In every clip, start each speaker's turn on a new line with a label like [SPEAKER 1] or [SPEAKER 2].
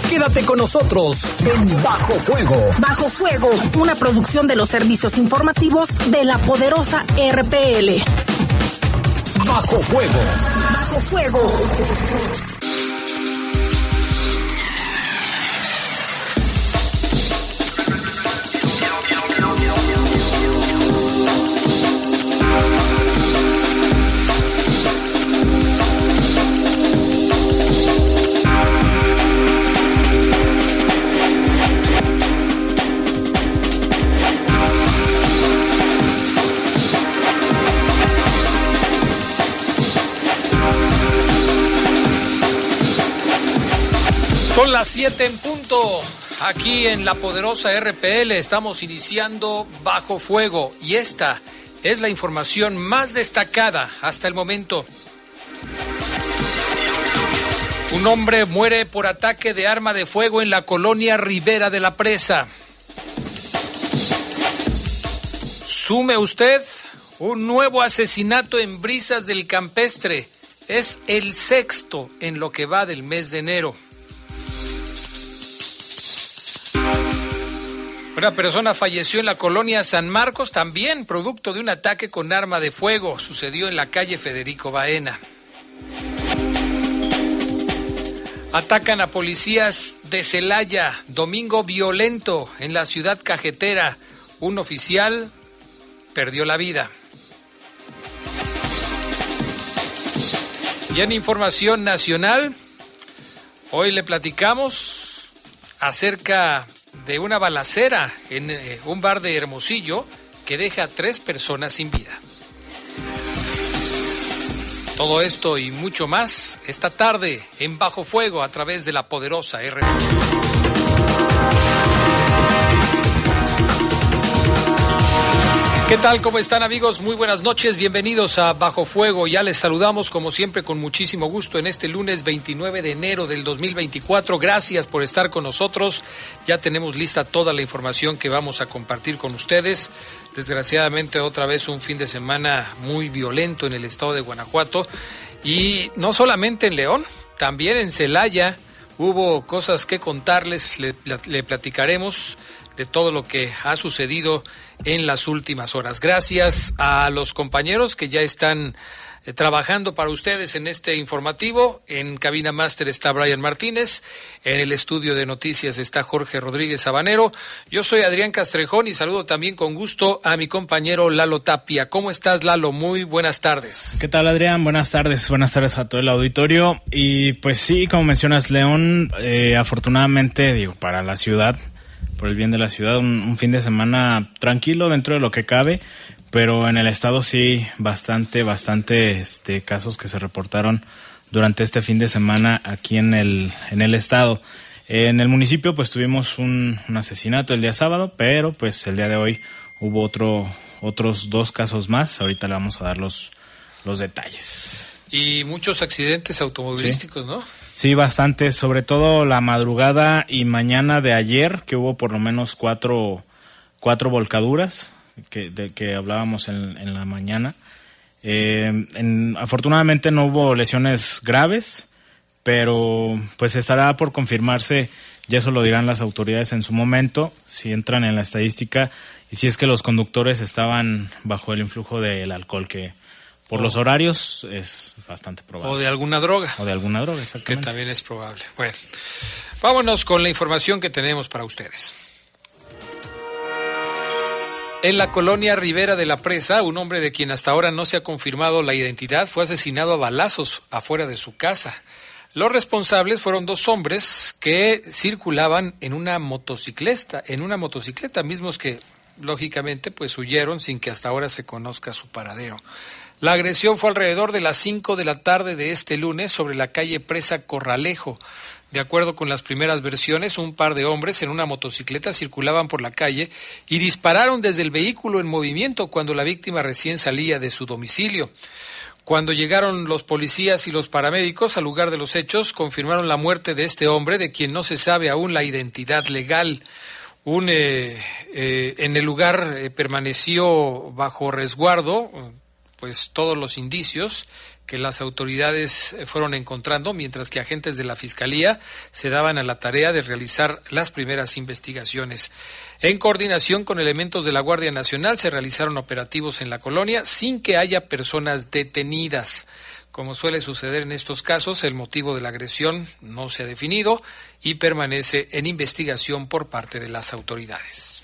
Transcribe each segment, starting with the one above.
[SPEAKER 1] Quédate con nosotros en Bajo Fuego.
[SPEAKER 2] Bajo Fuego, una producción de los servicios informativos de la poderosa RPL.
[SPEAKER 1] Bajo Fuego.
[SPEAKER 2] Bajo Fuego.
[SPEAKER 3] Son las 7 en punto, aquí en la poderosa RPL, estamos iniciando Bajo Fuego y esta es la información más destacada hasta el momento. Un hombre muere por ataque de arma de fuego en la colonia Ribera de la Presa. Sume usted un nuevo asesinato en Brisas del Campestre, es el sexto en lo que va del mes de enero. Una persona falleció en la colonia San Marcos, también producto de un ataque con arma de fuego. Sucedió en la calle Federico Baena. Atacan a policías de Celaya. Domingo violento en la ciudad cajetera. Un oficial perdió la vida. Y en información nacional, hoy le platicamos acerca de una balacera en un bar de Hermosillo que deja a 3 personas sin vida. Todo esto y mucho más esta tarde en Bajo Fuego a través de la poderosa RPL. ¿Qué tal? ¿Cómo están, amigos? Muy buenas noches, bienvenidos a Bajo Fuego. Ya les saludamos como siempre con muchísimo gusto en este lunes 29 de enero del 2024. Gracias por estar con nosotros. Ya tenemos lista toda la información que vamos a compartir con ustedes. Desgraciadamente otra vez un fin de semana muy violento en el estado de Guanajuato y no solamente en León, también en Celaya hubo cosas que contarles. Le platicaremos de todo lo que ha sucedido en las últimas horas. Gracias a los compañeros que ya están trabajando para ustedes en este informativo. En cabina máster está Brian Martínez, en el estudio de noticias está Jorge Rodríguez Sabanero. Yo soy Adrián Castrejón y saludo también con gusto a mi compañero Lalo Tapia. ¿Cómo estás, Lalo? Muy buenas tardes.
[SPEAKER 4] ¿Qué tal, Adrián? Buenas tardes a todo el auditorio. Y pues sí, como mencionas, León, afortunadamente, para la ciudad, por el bien de la ciudad, un fin de semana tranquilo dentro de lo que cabe, pero en el estado sí bastante casos que se reportaron durante este fin de semana aquí en el estado. En el municipio pues tuvimos un asesinato el día sábado, pero pues el día de hoy hubo otros 2 casos más. Ahorita le vamos a dar los detalles.
[SPEAKER 3] Y muchos accidentes automovilísticos, ¿sí? ¿No?
[SPEAKER 4] Sí, bastante, sobre todo la madrugada y mañana de ayer, que hubo por lo menos 4 volcaduras de que hablábamos en la mañana. Afortunadamente no hubo lesiones graves, pero pues estará por confirmarse, ya eso lo dirán las autoridades en su momento, si entran en la estadística y si es que los conductores estaban bajo el influjo del alcohol, que por los horarios es bastante probable.
[SPEAKER 3] O de alguna droga.
[SPEAKER 4] Exactamente.
[SPEAKER 3] Que también es probable. Bueno, vámonos con la información que tenemos para ustedes. En la colonia Ribera de la Presa, un hombre de quien hasta ahora no se ha confirmado la identidad fue asesinado a balazos afuera de su casa. Los responsables fueron 2 hombres que circulaban en una motocicleta, mismos que lógicamente pues huyeron sin que hasta ahora se conozca su paradero. La agresión fue alrededor de las 5 de la tarde de este lunes sobre la calle Presa Corralejo. De acuerdo con las primeras versiones, un par de hombres en una motocicleta circulaban por la calle y dispararon desde el vehículo en movimiento cuando la víctima recién salía de su domicilio. Cuando llegaron los policías y los paramédicos al lugar de los hechos, confirmaron la muerte de este hombre, de quien no se sabe aún la identidad legal. En el lugar permaneció bajo resguardo pues todos los indicios que las autoridades fueron encontrando, mientras que agentes de la Fiscalía se daban a la tarea de realizar las primeras investigaciones. En coordinación con elementos de la Guardia Nacional se realizaron operativos en la colonia sin que haya personas detenidas. Como suele suceder en estos casos, el motivo de la agresión no se ha definido y permanece en investigación por parte de las autoridades.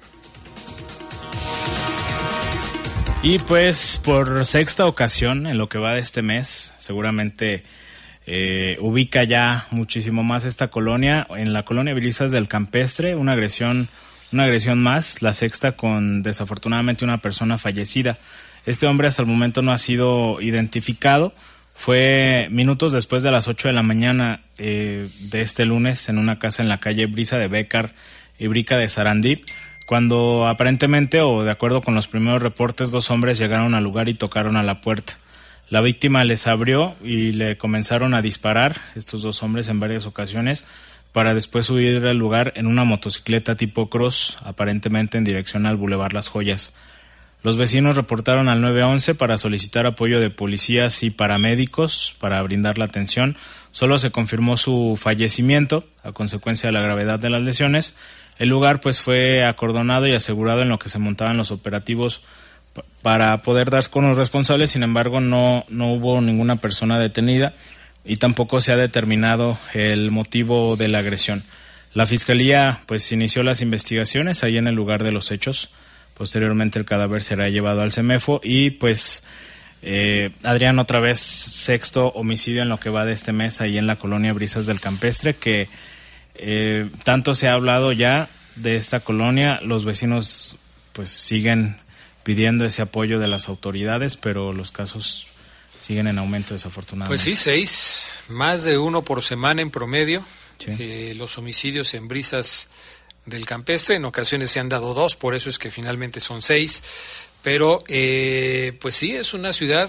[SPEAKER 4] Y pues por sexta ocasión en lo que va de este mes, seguramente ubica ya muchísimo más esta colonia, en la colonia Brisas del Campestre, una agresión más, la sexta, con desafortunadamente una persona fallecida. Este hombre hasta el momento no ha sido identificado. Fue minutos después de las 8 de la mañana de este lunes en una casa en la calle Brisa de Bécar y Brica de Sarandí, cuando aparentemente, o de acuerdo con los primeros reportes, 2 hombres llegaron al lugar y tocaron a la puerta. La víctima les abrió y le comenzaron a disparar, estos 2 hombres, en varias ocasiones, para después huir del lugar en una motocicleta tipo cross, aparentemente en dirección al Boulevard Las Joyas. Los vecinos reportaron al 911 para solicitar apoyo de policías y paramédicos para brindar la atención. Solo se confirmó su fallecimiento a consecuencia de la gravedad de las lesiones. El lugar pues fue acordonado y asegurado en lo que se montaban los operativos para poder dar con los responsables. Sin embargo, no hubo ninguna persona detenida y tampoco se ha determinado el motivo de la agresión. La Fiscalía pues inició las investigaciones ahí en el lugar de los hechos. Posteriormente el cadáver será llevado al CEMEFO y pues Adrián, otra vez sexto homicidio en lo que va de este mes ahí en la colonia Brisas del Campestre, que tanto se ha hablado ya de esta colonia. Los vecinos pues siguen pidiendo ese apoyo de las autoridades, pero los casos siguen en aumento, desafortunadamente.
[SPEAKER 3] Pues sí, 6, más de 1 por semana en promedio.
[SPEAKER 4] Sí.
[SPEAKER 3] Los homicidios en Brisas del Campestre, en ocasiones se han dado 2, por eso es que finalmente son 6, pero pues sí, es una ciudad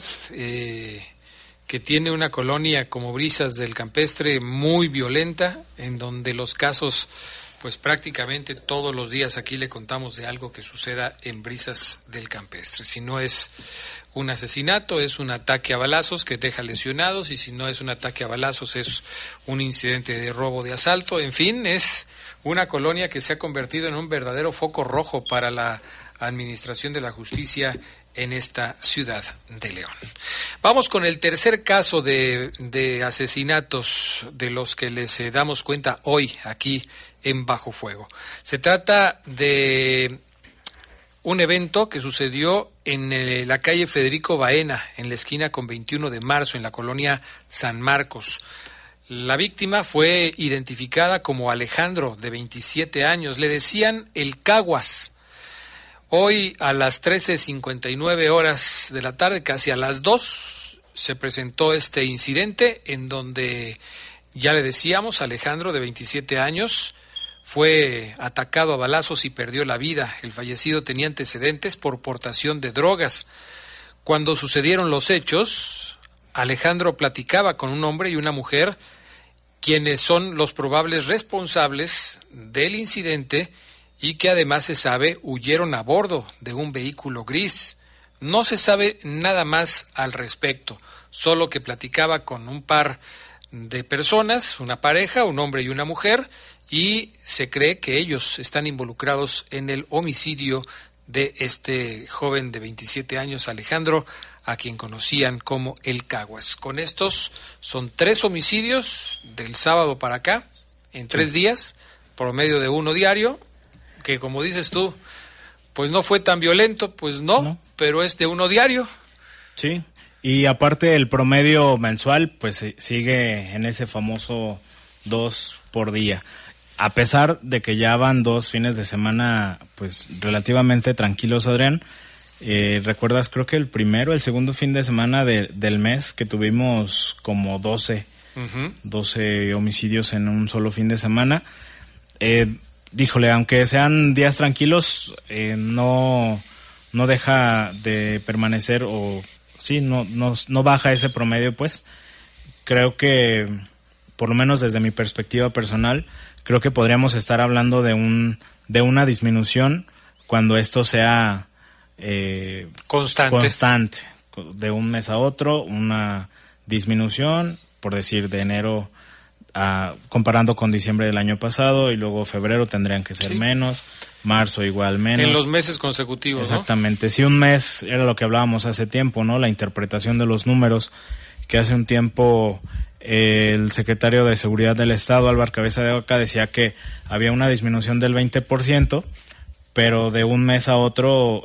[SPEAKER 3] que tiene una colonia como Brisas del Campestre muy violenta, en donde los casos, pues prácticamente todos los días aquí le contamos de algo que suceda en Brisas del Campestre. Si no es un asesinato, es un ataque a balazos que deja lesionados, y si no es un ataque a balazos, es un incidente de robo, de asalto. En fin, es una colonia que se ha convertido en un verdadero foco rojo para la administración de la justicia en esta ciudad de León. Vamos con el tercer caso de asesinatos de los que les damos cuenta hoy aquí en Bajo Fuego. Se trata de un evento que sucedió en la calle Federico Baena, en la esquina con 21 de marzo, en la colonia San Marcos. La víctima fue identificada como Alejandro, de 27 años. Le decían el Caguas. Hoy a las 13:59 horas de la tarde, casi a las 2, se presentó este incidente en donde, ya le decíamos, Alejandro, de 27 años, fue atacado a balazos y perdió la vida. El fallecido tenía antecedentes por portación de drogas. Cuando sucedieron los hechos, Alejandro platicaba con un hombre y una mujer, quienes son los probables responsables del incidente y que además se sabe huyeron a bordo de un vehículo gris. No se sabe nada más al respecto, solo que platicaba con un par de personas, una pareja, un hombre y una mujer, y se cree que ellos están involucrados en el homicidio de este joven de 27 años, Alejandro, a quien conocían como el Caguas. Con estos son 3 homicidios del sábado para acá, en 3 días, promedio de 1 diario, que como dices tú, pues no fue tan violento, pues no, pero es de 1 diario.
[SPEAKER 4] Sí, y aparte el promedio mensual, pues sigue en ese famoso 2 por día. A pesar de que ya van 2 fines de semana, pues relativamente tranquilos, Adrián. ¿Recuerdas? Creo que el segundo fin de semana del mes, que tuvimos como 12 homicidios en un solo fin de semana. Díjole, aunque sean días tranquilos, no deja de permanecer, o sí, no baja ese promedio, pues. Creo que, por lo menos desde mi perspectiva personal, creo que podríamos estar hablando de una disminución cuando esto sea constante, de un mes a otro una disminución, por decir de enero comparando con diciembre del año pasado, y luego febrero tendrían que ser menos, marzo igual menos.
[SPEAKER 3] En los meses consecutivos,
[SPEAKER 4] exactamente, ¿no? Sí, un mes era lo que hablábamos hace tiempo, ¿no? La interpretación de los números, que hace un tiempo el secretario de Seguridad del Estado, Álvaro Cabeza de Vaca, decía que había una disminución del 20%, pero de un mes a otro,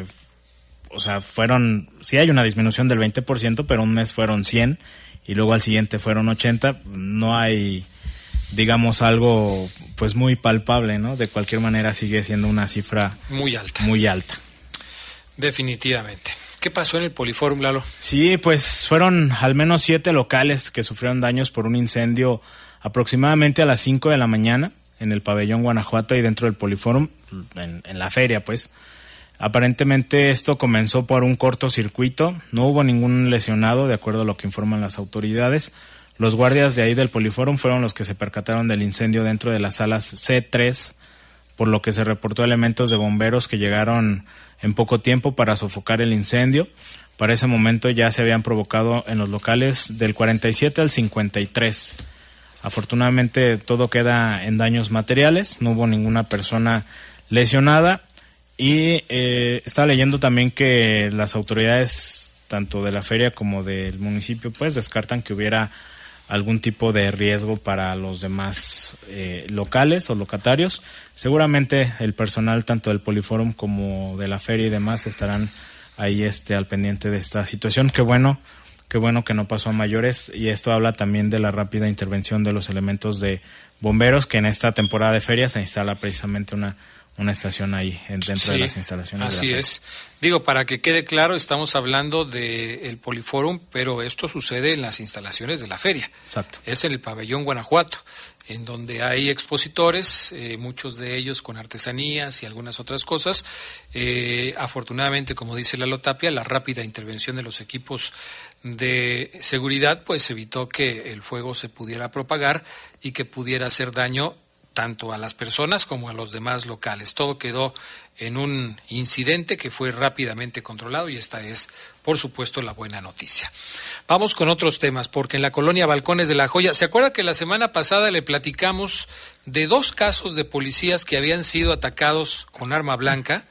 [SPEAKER 4] sí hay una disminución del 20%, pero un mes fueron 100 y luego al siguiente fueron 80, no hay, digamos, algo pues muy palpable, ¿no? De cualquier manera sigue siendo una cifra
[SPEAKER 3] muy alta.
[SPEAKER 4] Muy alta.
[SPEAKER 3] Definitivamente. ¿Qué pasó en el Poliforum, Lalo?
[SPEAKER 4] Sí, pues fueron al menos 7 locales que sufrieron daños por un incendio aproximadamente a las 5 de la mañana en el pabellón Guanajuato y dentro del Poliforum, en la feria, pues. Aparentemente esto comenzó por un cortocircuito, no hubo ningún lesionado, de acuerdo a lo que informan las autoridades. Los guardias de ahí del Poliforum fueron los que se percataron del incendio dentro de las salas C3, por lo que se reportó elementos de bomberos que llegaron en poco tiempo para sofocar el incendio. Para ese momento ya se habían provocado en los locales del 47 al 53. Afortunadamente todo queda en daños materiales, no hubo ninguna persona lesionada. Y estaba leyendo también que las autoridades, tanto de la feria como del municipio, pues descartan que hubiera algún tipo de riesgo para los demás locales o locatarios. Seguramente el personal tanto del Poliforum como de la feria y demás estarán ahí al pendiente de esta situación. Qué bueno que no pasó a mayores, y esto habla también de la rápida intervención de los elementos de bomberos, que en esta temporada de feria se instala precisamente una estación ahí dentro de las instalaciones.
[SPEAKER 3] Así
[SPEAKER 4] de la
[SPEAKER 3] es. Digo, para que quede claro, estamos hablando del Poliforum, pero esto sucede en las instalaciones de la feria.
[SPEAKER 4] Exacto.
[SPEAKER 3] Es en el pabellón Guanajuato, en donde hay expositores, muchos de ellos con artesanías y algunas otras cosas. Afortunadamente, como dice Lalo Tapia, la rápida intervención de los equipos de seguridad pues evitó que el fuego se pudiera propagar y que pudiera hacer daño tanto a las personas como a los demás locales. Todo quedó en un incidente que fue rápidamente controlado, y esta es, por supuesto, la buena noticia. Vamos con otros temas, porque en la colonia Balcones de la Joya, ¿se acuerda que la semana pasada le platicamos de 2 casos de policías que habían sido atacados con arma blanca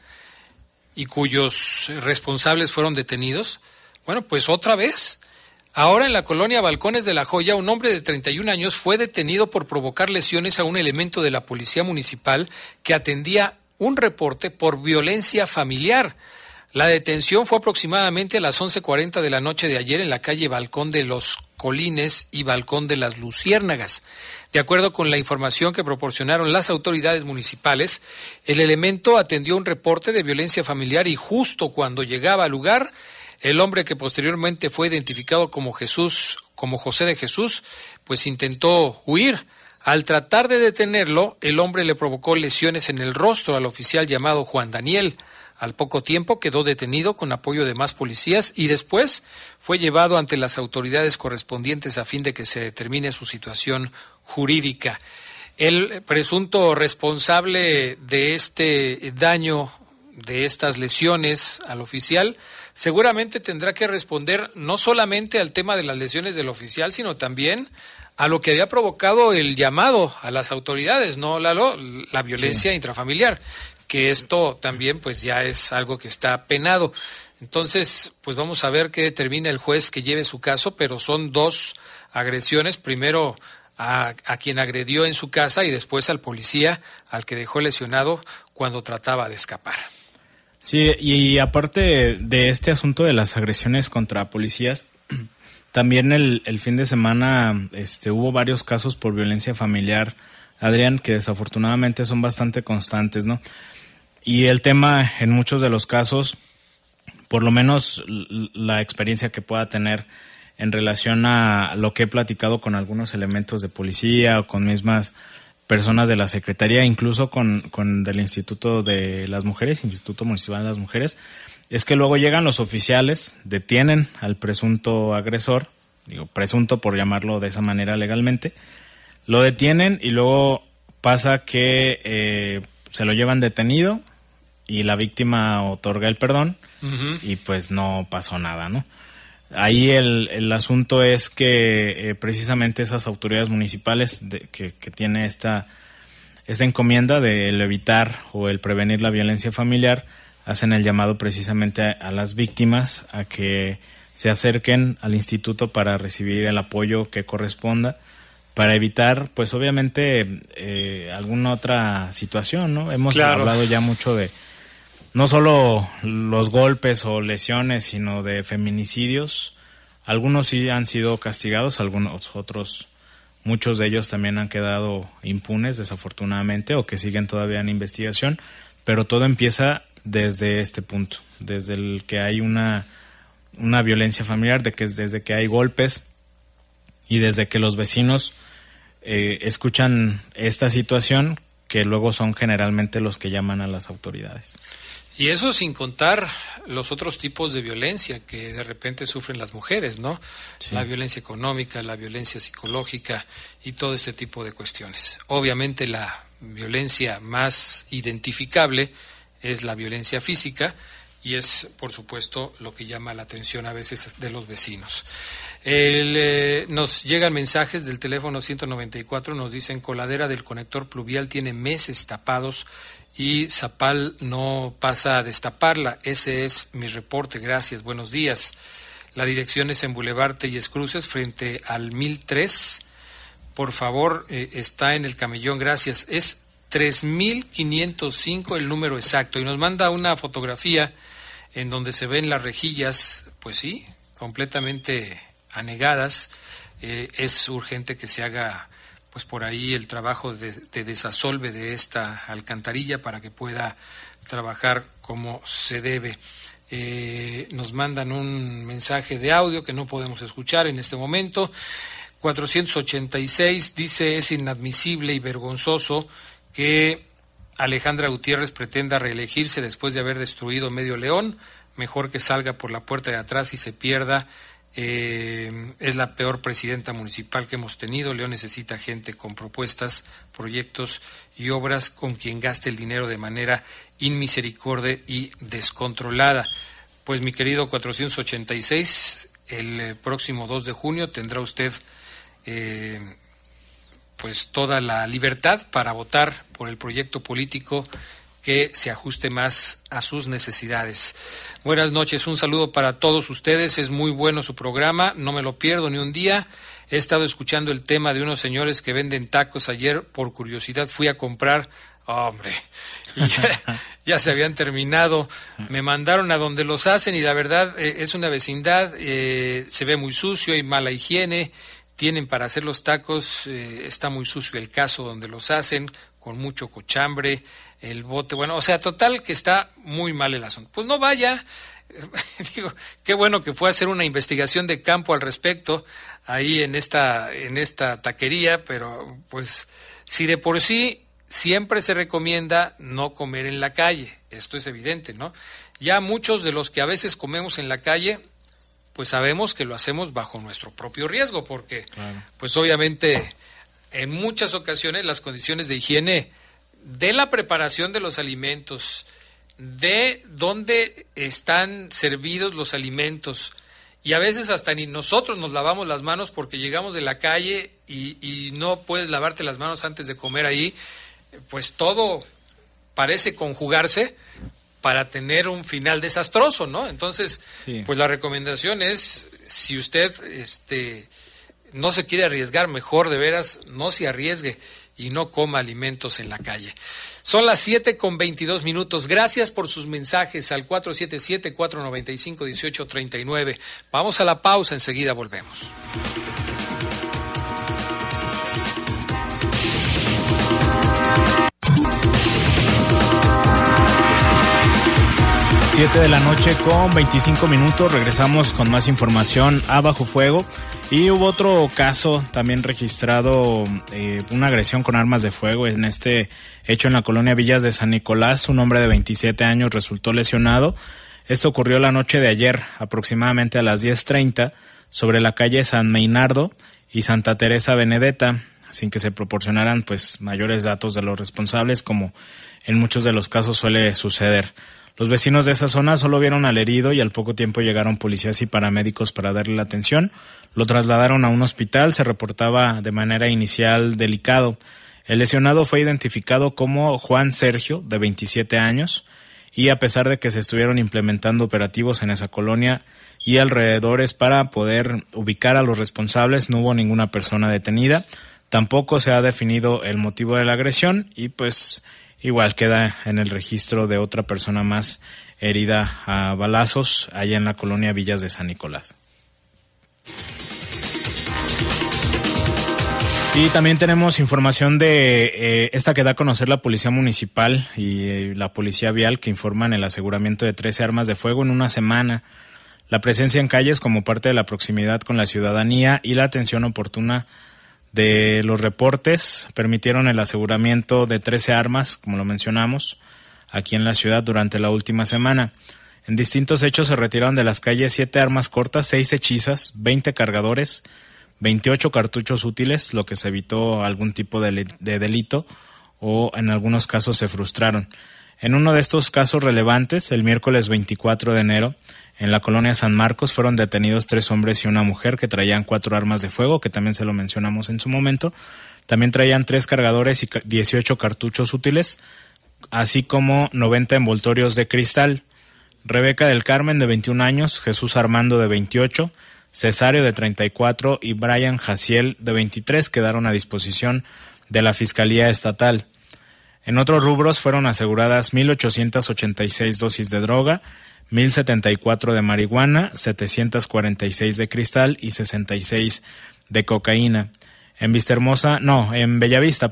[SPEAKER 3] y cuyos responsables fueron detenidos? Bueno, pues otra vez. Ahora en la colonia Balcones de la Joya, un hombre de 31 años fue detenido por provocar lesiones a un elemento de la policía municipal que atendía un reporte por violencia familiar. La detención fue aproximadamente a las 11:40 de la noche de ayer en la calle Balcón de los Colines y Balcón de las Luciérnagas. De acuerdo con la información que proporcionaron las autoridades municipales, el elemento atendió un reporte de violencia familiar y justo cuando llegaba al lugar, el hombre, que posteriormente fue identificado como José de Jesús, pues intentó huir. Al tratar de detenerlo, el hombre le provocó lesiones en el rostro al oficial llamado Juan Daniel. Al poco tiempo quedó detenido con apoyo de más policías y después fue llevado ante las autoridades correspondientes a fin de que se determine su situación jurídica. El presunto responsable de este daño, de estas lesiones al oficial, seguramente tendrá que responder no solamente al tema de las lesiones del oficial, sino también a lo que había provocado el llamado a las autoridades, ¿no, Lalo? La violencia intrafamiliar, que esto también pues ya es algo que está penado. Entonces, pues vamos a ver qué determina el juez que lleve su caso, pero son 2 agresiones, primero a quien agredió en su casa y después al policía al que dejó lesionado cuando trataba de escapar.
[SPEAKER 4] Sí, y aparte de este asunto de las agresiones contra policías, también el fin de semana hubo varios casos por violencia familiar, Adrián, que desafortunadamente son bastante constantes, ¿no? Y el tema en muchos de los casos, por lo menos la experiencia que pueda tener en relación a lo que he platicado con algunos elementos de policía o con mismas personas de la Secretaría, incluso con del Instituto de las Mujeres, Instituto Municipal de las Mujeres, es que luego llegan los oficiales, detienen al presunto agresor, digo presunto por llamarlo de esa manera legalmente, lo detienen y luego pasa que se lo llevan detenido y la víctima otorga el perdón y pues no pasó nada, ¿no? Ahí el asunto es que precisamente esas autoridades municipales que tiene esta encomienda de el evitar o el prevenir la violencia familiar hacen el llamado precisamente a las víctimas a que se acerquen al instituto para recibir el apoyo que corresponda, para evitar, pues obviamente, alguna otra situación, ¿no? Hemos hablado ya mucho de no solo los golpes o lesiones, sino de feminicidios. Algunos sí han sido castigados, algunos otros, muchos de ellos también han quedado impunes, desafortunadamente, o que siguen todavía en investigación, pero todo empieza desde este punto, desde el que hay una violencia familiar, desde que hay golpes y desde que los vecinos escuchan esta situación, que luego son generalmente los que llaman a las autoridades.
[SPEAKER 3] Y eso sin contar los otros tipos de violencia que de repente sufren las mujeres, ¿no? Sí. La violencia económica, la violencia psicológica y todo este tipo de cuestiones. Obviamente la violencia más identificable es la violencia física y es, por supuesto, lo que llama la atención a veces de los vecinos. Nos llegan mensajes del teléfono 194, nos dicen: coladera del conector pluvial tiene meses tapados y Zapal no pasa a destaparla. Ese es mi reporte, gracias, buenos días. La dirección es en Boulevard Telles Cruces, frente al 1003. Por favor, está en el camellón, gracias. Es 3505 el número exacto. Y nos manda una fotografía en donde se ven las rejillas, pues sí, completamente anegadas. Es urgente que se haga pues por ahí el trabajo de desasolve de esta alcantarilla para que pueda trabajar como se debe. Nos mandan un mensaje de audio que no podemos escuchar en este momento. 486 dice: es inadmisible y vergonzoso que Alejandra Gutiérrez pretenda reelegirse después de haber destruido medio León. Mejor que salga por la puerta de atrás y se pierda. Es la peor presidenta municipal que hemos tenido. León necesita gente con propuestas, proyectos y obras, con quien gaste el dinero de manera inmisericordia y descontrolada. Pues mi querido 486, el próximo 2 de junio tendrá usted pues toda la libertad para votar por el proyecto político que se ajuste más a sus necesidades. Buenas noches, un saludo para todos ustedes, es muy bueno su programa, no me lo pierdo ni un día. He estado escuchando el tema de unos señores que venden tacos. Ayer, por curiosidad, fui a comprar, hombre, y ya se habían terminado. Me mandaron a donde los hacen y la verdad es una vecindad, se ve muy sucio, hay mala higiene, tienen para hacer los tacos, está muy sucio el caso donde los hacen, con mucho cochambre, el bote, bueno, o sea, total que está muy mal el asunto. Pues no vaya, digo, qué bueno que fue a hacer una investigación de campo al respecto ahí en esta taquería, pero pues si de por sí siempre se recomienda no comer en la calle, esto es evidente, ¿no? Ya muchos de los que a veces comemos en la calle, pues sabemos que lo hacemos bajo nuestro propio riesgo, porque claro, pues obviamente en muchas ocasiones las condiciones de higiene de la preparación de los alimentos, de dónde están servidos los alimentos, y a veces hasta ni nosotros nos lavamos las manos porque llegamos de la calle y no puedes lavarte las manos antes de comer ahí, pues todo parece conjugarse para tener un final desastroso, ¿no? Entonces, sí, pues la recomendación es, si usted no se quiere arriesgar, mejor de veras no se arriesgue y no coma alimentos en la calle. Son las 7:22. Gracias por sus mensajes al 477-495-1839. Vamos a la pausa, enseguida volvemos.
[SPEAKER 4] 7:25. Regresamos con más información a Bajo Fuego. Y hubo otro caso también registrado, una agresión con armas de fuego, en este hecho en la colonia Villas de San Nicolás. Un hombre de 27 años resultó lesionado. Esto ocurrió la noche de ayer, aproximadamente a las 10:30, sobre la calle San Meinardo y Santa Teresa Benedetta. sin que se proporcionaran pues mayores datos de los responsables, como en muchos de los casos suele suceder. Los vecinos de esa zona solo vieron al herido y al poco tiempo llegaron policías y paramédicos para darle la atención. Lo trasladaron a un hospital, se reportaba de manera inicial delicado. El lesionado fue identificado como Juan Sergio, de 27 años, y a pesar de que se estuvieron implementando operativos en esa colonia y alrededores para poder ubicar a los responsables, no hubo ninguna persona detenida. Tampoco se ha definido el motivo de la agresión y pues igual queda en el registro de otra persona más herida a balazos allá en la colonia Villas de San Nicolás. Y también tenemos información de esta que da a conocer la Policía Municipal y la Policía Vial, que informan el aseguramiento de 13 armas de fuego en una semana. La presencia en calles como parte de la proximidad con la ciudadanía y la atención oportuna de los reportes permitieron el aseguramiento de 13 armas, como lo mencionamos, aquí en la ciudad durante la última semana. En distintos hechos se retiraron de las calles 7 armas cortas, 6 hechizas, 20 cargadores, 28 cartuchos útiles, lo que se evitó algún tipo de delito o en algunos casos se frustraron. En uno de estos casos relevantes, el miércoles 24 de enero, en la colonia San Marcos fueron detenidos 3 hombres y una mujer que traían 4 armas de fuego, que también se lo mencionamos en su momento. También traían 3 cargadores y 18 cartuchos útiles, así como 90 envoltorios de cristal. Rebeca del Carmen, de 21 años, Jesús Armando, de 28, Cesario, de 34, y Brian Jaciel, de 23, quedaron a disposición de la Fiscalía Estatal. En otros rubros fueron aseguradas 1,886 dosis de droga, 1,074 de marihuana, 746 de cristal y 66 de cocaína. En Bellavista,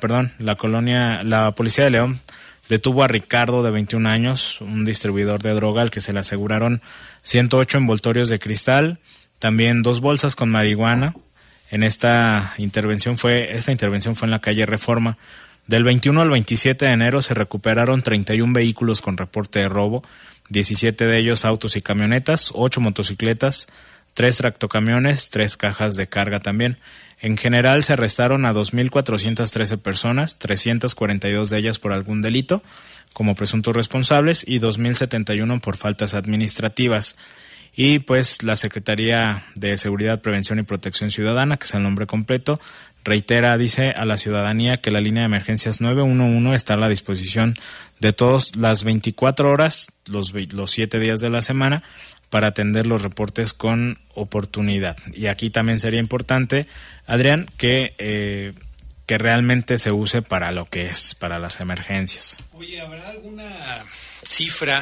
[SPEAKER 4] la Policía de León detuvo a Ricardo, de 21 años, un distribuidor de droga al que se le aseguraron 108 envoltorios de cristal, también 2 bolsas con marihuana. Esta intervención fue en la calle Reforma. Del 21 al 27 de enero se recuperaron 31 vehículos con reporte de robo, 17 de ellos autos y camionetas, 8 motocicletas, 3 tractocamiones, 3 cajas de carga también. En general se arrestaron a 2,413 personas, 342 de ellas por algún delito como presuntos responsables y 2,071 por faltas administrativas. Y pues la Secretaría de Seguridad, Prevención y Protección Ciudadana, que es el nombre completo, dice a la ciudadanía que la línea de emergencias 911 está a la disposición de todos las 24 horas, los 7 días de la semana, para atender los reportes con oportunidad. Y aquí también sería importante, Adrián, que realmente se use para lo que es, para las emergencias.
[SPEAKER 3] Oye, ¿habrá alguna cifra,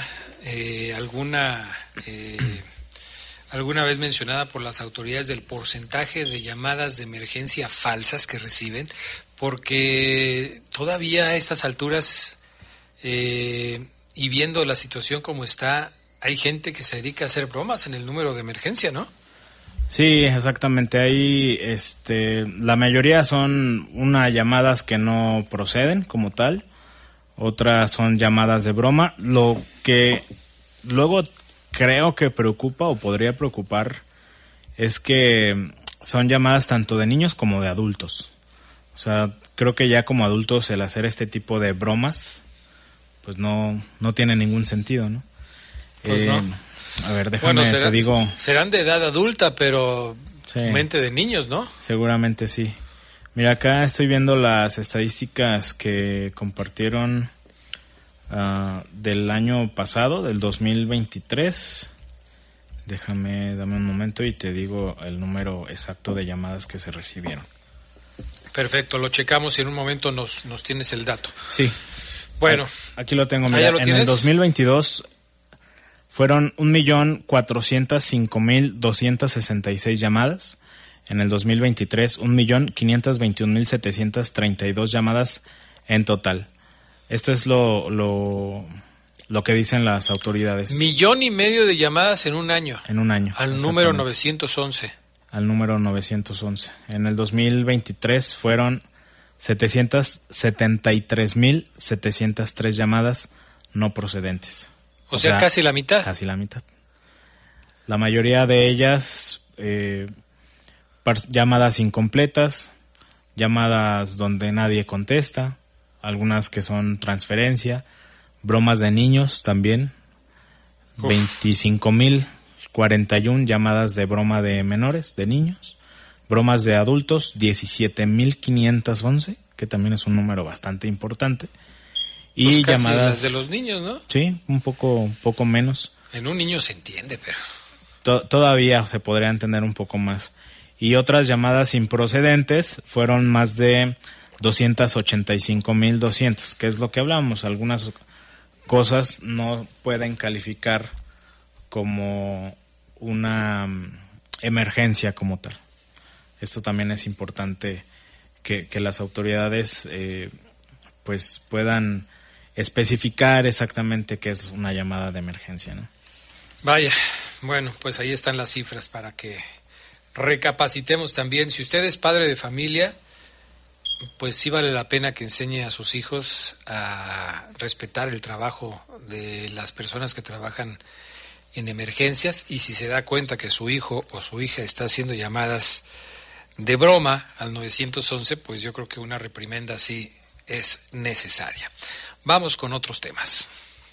[SPEAKER 3] alguna vez mencionada por las autoridades del porcentaje de llamadas de emergencia falsas que reciben? Porque todavía a estas alturas, y viendo la situación como está, hay gente que se dedica a hacer bromas en el número de emergencia, ¿no?
[SPEAKER 4] Sí, exactamente. Ahí, la mayoría son llamadas que no proceden como tal, otras son llamadas de broma. Lo que luego creo que preocupa o podría preocupar es que son llamadas tanto de niños como de adultos. O sea, creo que ya como adultos el hacer este tipo de bromas pues no tiene ningún sentido, ¿no?
[SPEAKER 3] Pues no.
[SPEAKER 4] A ver, déjame, te digo.
[SPEAKER 3] Serán de edad adulta, pero sí, mente de niños, ¿no?
[SPEAKER 4] Seguramente sí. Mira, acá estoy viendo las estadísticas que compartieron del año pasado, del 2023. Dame un momento y te digo el número exacto de llamadas que se recibieron.
[SPEAKER 3] Perfecto, lo checamos y en un momento nos tienes el dato.
[SPEAKER 4] Sí.
[SPEAKER 3] Bueno.
[SPEAKER 4] Aquí lo tengo. Mira, en el 2022 fueron 1,405,266 llamadas. En el 2023, 1,521,732 llamadas en total. Esto es lo que dicen las autoridades.
[SPEAKER 3] 1,5 millones de llamadas en un año.
[SPEAKER 4] En un año.
[SPEAKER 3] Al número 911.
[SPEAKER 4] Al número 911. En el 2023 fueron 773,703 llamadas no procedentes.
[SPEAKER 3] O sea, casi la mitad.
[SPEAKER 4] Casi la mitad. La mayoría de ellas llamadas incompletas, llamadas donde nadie contesta, algunas que son transferencia, bromas de niños también, 25,041 llamadas de broma de menores, de niños, bromas de adultos, 17,511, que también es un número bastante importante, y
[SPEAKER 3] pues casi
[SPEAKER 4] llamadas
[SPEAKER 3] las de los niños, ¿no?
[SPEAKER 4] Sí, un poco menos.
[SPEAKER 3] En un niño se entiende, pero
[SPEAKER 4] todavía se podría entender un poco más. Y otras llamadas improcedentes fueron más de 285,200, que es lo que hablamos. Algunas cosas no pueden calificar como una emergencia como tal. Esto también es importante que las autoridades pues puedan especificar exactamente qué es una llamada de emergencia, ¿no?
[SPEAKER 3] Vaya, bueno, pues ahí están las cifras para que recapacitemos también. Si usted es padre de familia, pues sí vale la pena que enseñe a sus hijos a respetar el trabajo de las personas que trabajan en emergencias, y si se da cuenta que su hijo o su hija está haciendo llamadas de broma al 911, pues yo creo que una reprimenda sí es necesaria. Vamos con otros temas.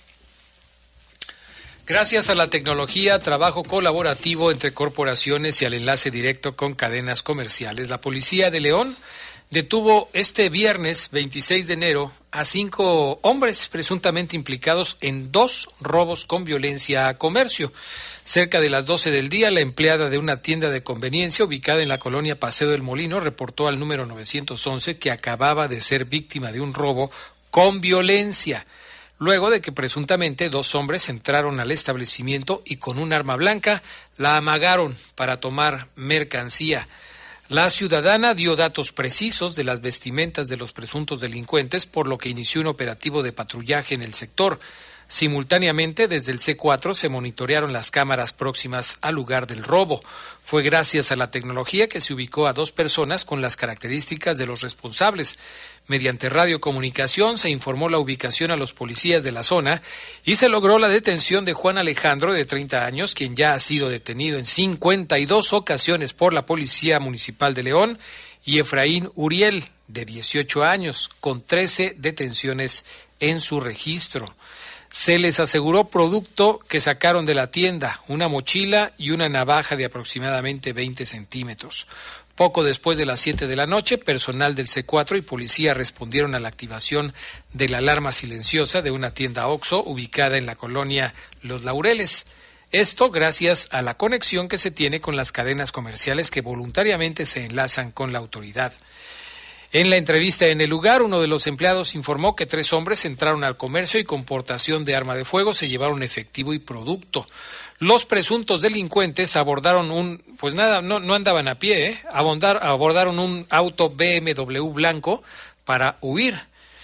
[SPEAKER 3] Gracias a la tecnología, trabajo colaborativo entre corporaciones y al enlace directo con cadenas comerciales, la Policía de León detuvo este viernes 26 de enero a 5 hombres presuntamente implicados en 2 robos con violencia a comercio. Cerca de las 12 del día, la empleada de una tienda de conveniencia ubicada en la colonia Paseo del Molino reportó al número 911 que acababa de ser víctima de un robo con violencia, luego de que presuntamente 2 hombres entraron al establecimiento y con un arma blanca la amagaron para tomar mercancía. La ciudadana dio datos precisos de las vestimentas de los presuntos delincuentes, por lo que inició un operativo de patrullaje en el sector. Simultáneamente, desde el C4 se monitorearon las cámaras próximas al lugar del robo. Fue gracias a la tecnología que se ubicó a 2 personas con las características de los responsables. Mediante radiocomunicación se informó la ubicación a los policías de la zona y se logró la detención de Juan Alejandro, de 30 años, quien ya ha sido detenido en 52 ocasiones por la Policía Municipal de León, y Efraín Uriel, de 18 años, con 13 detenciones en su registro. Se les aseguró producto que sacaron de la tienda, una mochila y una navaja de aproximadamente 20 centímetros. Poco después de las 7 de la noche, personal del C4 y policía respondieron a la activación de la alarma silenciosa de una tienda OXXO ubicada en la colonia Los Laureles. Esto gracias a la conexión que se tiene con las cadenas comerciales que voluntariamente se enlazan con la autoridad. En la entrevista en el lugar, uno de los empleados informó que 3 hombres entraron al comercio y con portación de arma de fuego se llevaron efectivo y producto. Los presuntos delincuentes abordaron no andaban a pie, abordaron un auto BMW blanco para huir.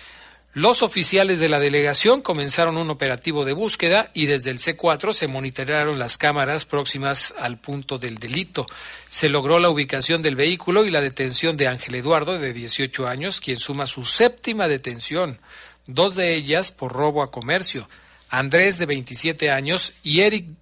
[SPEAKER 3] Los oficiales de la delegación comenzaron un operativo de búsqueda y desde el C4 se monitorearon las cámaras próximas al punto del delito. Se logró la ubicación del vehículo y la detención de Ángel Eduardo, de 18 años, quien suma su 7ª detención, 2 de ellas por robo a comercio. Andrés, de 27 años, y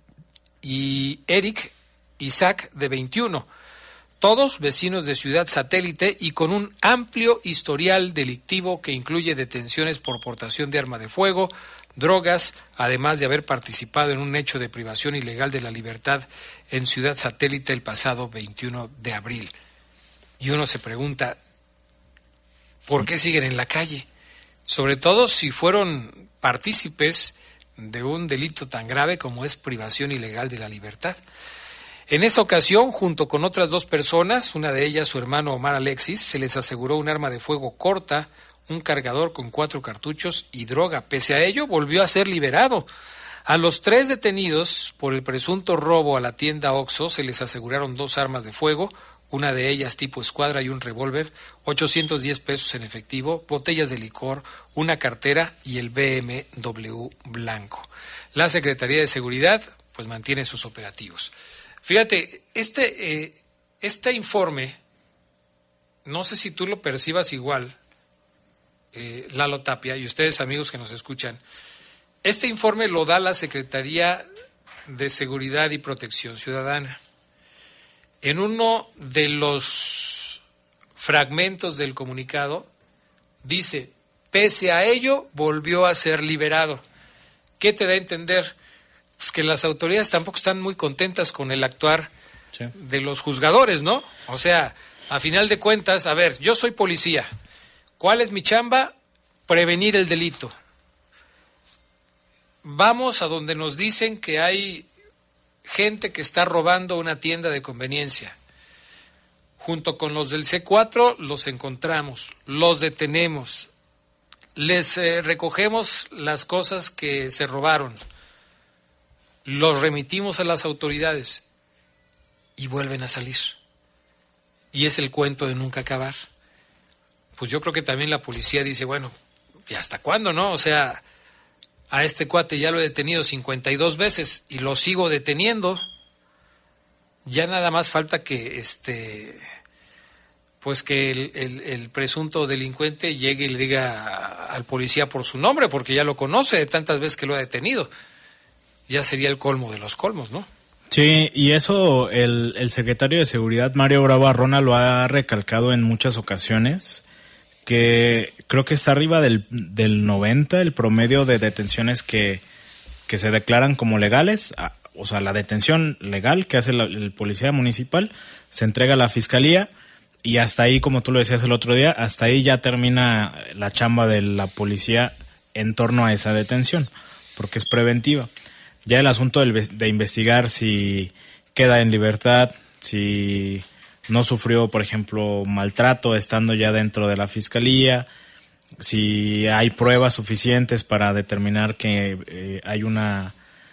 [SPEAKER 3] Eric Isaac, de 21. Todos vecinos de Ciudad Satélite y con un amplio historial delictivo que incluye detenciones por portación de arma de fuego, drogas, además de haber participado en un hecho de privación ilegal de la libertad en Ciudad Satélite el pasado 21 de abril. Y uno se pregunta, ¿por qué siguen en la calle? Sobre todo si fueron partícipes de un delito tan grave como es privación ilegal de la libertad. En esa ocasión, junto con otras 2 personas, una de ellas su hermano Omar Alexis, se les aseguró un arma de fuego corta, un cargador con 4 cartuchos y droga. Pese a ello, volvió a ser liberado. A los 3 detenidos por el presunto robo a la tienda OXXO se les aseguraron 2 armas de fuego, una de ellas tipo escuadra y un revólver, 810 pesos en efectivo, botellas de licor, una cartera y el BMW blanco. La Secretaría de Seguridad pues mantiene sus operativos. Fíjate, este informe, no sé si tú lo percibas igual, Lalo Tapia, y ustedes amigos que nos escuchan, este informe lo da la Secretaría de Seguridad y Protección Ciudadana. En uno de los fragmentos del comunicado, dice, pese a ello, volvió a ser liberado. ¿Qué te da a entender? Pues que las autoridades tampoco están muy contentas con el actuar de los juzgadores, ¿no? O sea, a final de cuentas, a ver, yo soy policía. ¿Cuál es mi chamba? Prevenir el delito. Vamos a donde nos dicen que hay gente que está robando una tienda de conveniencia. Junto con los del C4 los encontramos, los detenemos, les recogemos las cosas que se robaron, los remitimos a las autoridades y vuelven a salir. Y es el cuento de nunca acabar. Pues yo creo que también la policía dice, bueno, ¿y hasta cuándo, no? O sea, a este cuate ya lo he detenido 52 veces y lo sigo deteniendo. Ya nada más falta que pues que el presunto delincuente llegue y le diga al policía por su nombre, porque ya lo conoce de tantas veces que lo ha detenido. Ya sería el colmo de los colmos, ¿no?
[SPEAKER 4] Sí, y eso el secretario de Seguridad, Mario Bravo Arrona, lo ha recalcado en muchas ocasiones, que creo que está arriba del 90 el promedio de detenciones que se declaran como legales. O sea, la detención legal que hace el policía municipal se entrega a la fiscalía y hasta ahí, como tú lo decías el otro día, hasta ahí ya termina la chamba de la policía en torno a esa detención, porque es preventiva. Ya el asunto de investigar si queda en libertad, si no sufrió, por ejemplo, maltrato estando ya dentro de la fiscalía, si hay pruebas suficientes para determinar que hay una,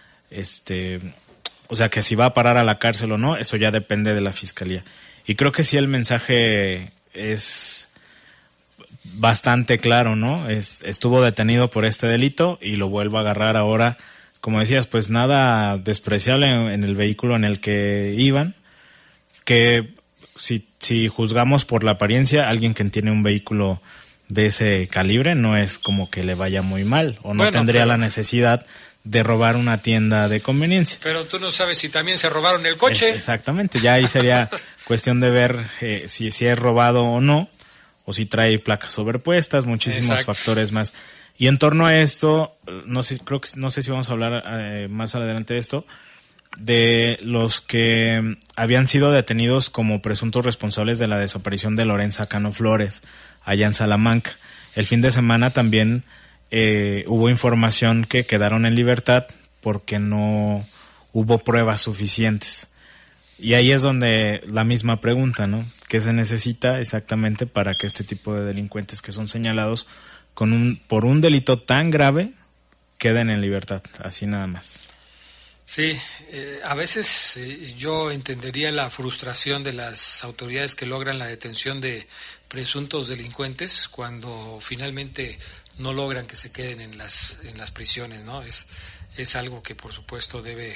[SPEAKER 4] o sea, que si va a parar a la cárcel o no, eso ya depende de la fiscalía. Y creo que sí el mensaje es bastante claro, ¿no? Estuvo detenido por este delito y lo vuelvo a agarrar ahora. Como decías, pues nada despreciable en el vehículo en el que iban, que si juzgamos por la apariencia, alguien que tiene un vehículo de ese calibre no es como que le vaya muy mal, o no tendría la necesidad de robar una tienda de conveniencia.
[SPEAKER 3] Pero tú no sabes si también se robaron el coche.
[SPEAKER 4] Exactamente, ya ahí sería cuestión de ver si es robado o no, o si trae placas sobrepuestas, muchísimos factores más. Y en torno a esto, no sé si vamos a hablar más adelante de esto, de los que habían sido detenidos como presuntos responsables de la desaparición de Lorenza Cano Flores allá en Salamanca. El fin de semana también hubo información que quedaron en libertad porque no hubo pruebas suficientes. Y ahí es donde la misma pregunta, ¿no? ¿Qué se necesita exactamente para que este tipo de delincuentes que son señalados por un delito tan grave queden en libertad, así nada más?
[SPEAKER 3] Sí, a veces yo entendería la frustración de las autoridades que logran la detención de presuntos delincuentes cuando finalmente no logran que se queden en las prisiones, ¿no? Es algo que por supuesto debe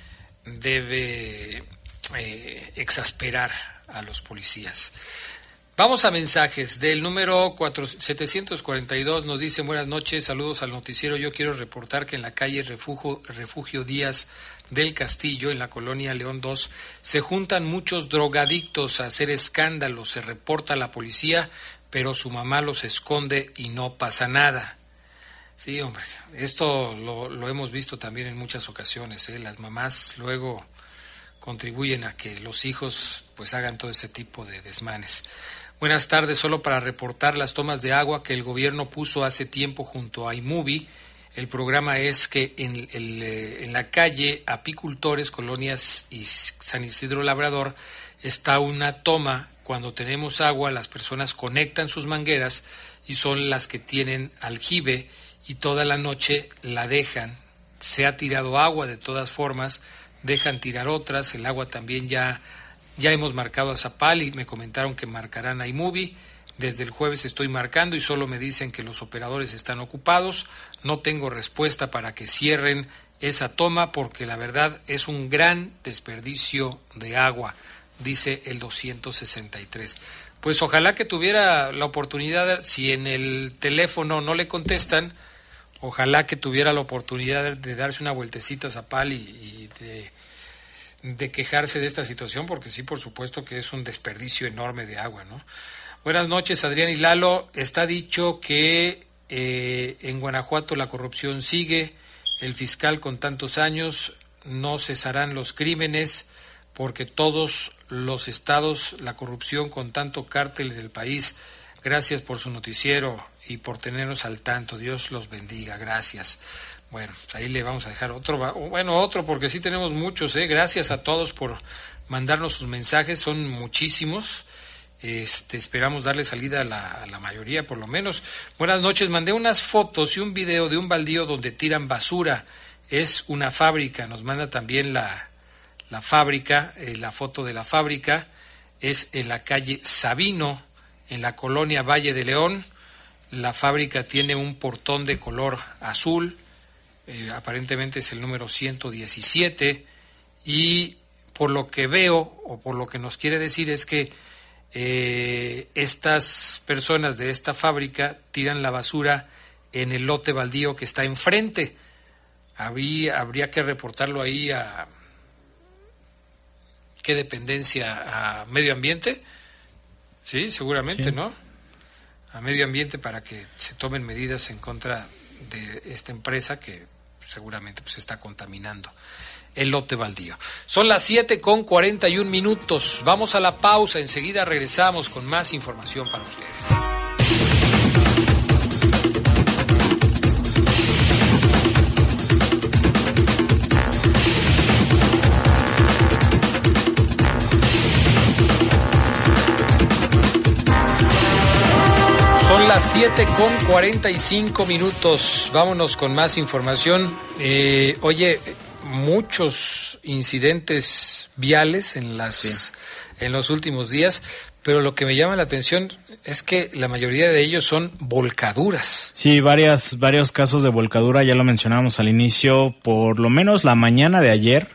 [SPEAKER 3] exasperar a los policías. Vamos a mensajes del número 742, nos dicen buenas noches, saludos al noticiero, yo quiero reportar que en la calle Refugio Díaz del Castillo, en la colonia León 2, se juntan muchos drogadictos a hacer escándalos, se reporta a la policía, pero su mamá los esconde y no pasa nada. Sí, hombre, esto lo hemos visto también en muchas ocasiones, las mamás luego contribuyen a que los hijos pues hagan todo ese tipo de desmanes. Buenas tardes, solo para reportar las tomas de agua que el gobierno puso hace tiempo junto a iMovie. El programa es que en la calle Apicultores, Colonias y San Isidro Labrador, está una toma. Cuando tenemos agua, las personas conectan sus mangueras y son las que tienen aljibe y toda la noche la dejan. Se ha tirado agua de todas formas, dejan tirar otras, el agua también ya hemos marcado a Zapal y me comentaron que marcarán a iMovie. Desde el jueves estoy marcando y solo me dicen que los operadores están ocupados. No tengo respuesta para que cierren esa toma porque la verdad es un gran desperdicio de agua, dice el 263. Pues ojalá que tuviera la oportunidad, si en el teléfono no le contestan, ojalá que tuviera la oportunidad de darse una vueltecita a Zapal y de quejarse de esta situación, porque sí, por supuesto que es un desperdicio enorme de agua, ¿no? Buenas noches, Adrián y Lalo. Está dicho que en Guanajuato la corrupción sigue. El fiscal con tantos años, no cesarán los crímenes porque todos los estados, la corrupción con tanto cártel en el país. Gracias por su noticiero y por tenernos al tanto. Dios los bendiga. Gracias. Bueno, pues ahí le vamos a dejar otro porque sí tenemos muchos. Gracias a todos por mandarnos sus mensajes, son muchísimos. Esperamos darle salida a la mayoría, por lo menos. Buenas noches, mandé unas fotos y un video de un baldío donde tiran basura. Es una fábrica, nos manda también la fábrica, la foto de la fábrica. Es en la calle Sabino, en la colonia Valle de León. La fábrica tiene un portón de color azul, aparentemente es el número 117, y por lo que veo, o por lo que nos quiere decir, es que estas personas de esta fábrica tiran la basura en el lote baldío que está enfrente. Habría que reportarlo ahí a ¿qué dependencia? ¿A Medio Ambiente? Sí, seguramente, sí. ¿No? A Medio Ambiente para que se tomen medidas en contra de esta empresa que seguramente pues está contaminando el lote baldío. Son las 7:41. Vamos a la pausa, enseguida regresamos con más información para ustedes. Son las 7:45. Vámonos con más información. Oye, muchos incidentes viales en los últimos días, pero lo que me llama la atención es que la mayoría de ellos son volcaduras.
[SPEAKER 4] Sí, varios casos de volcadura, ya lo mencionábamos al inicio, por lo menos la mañana de ayer,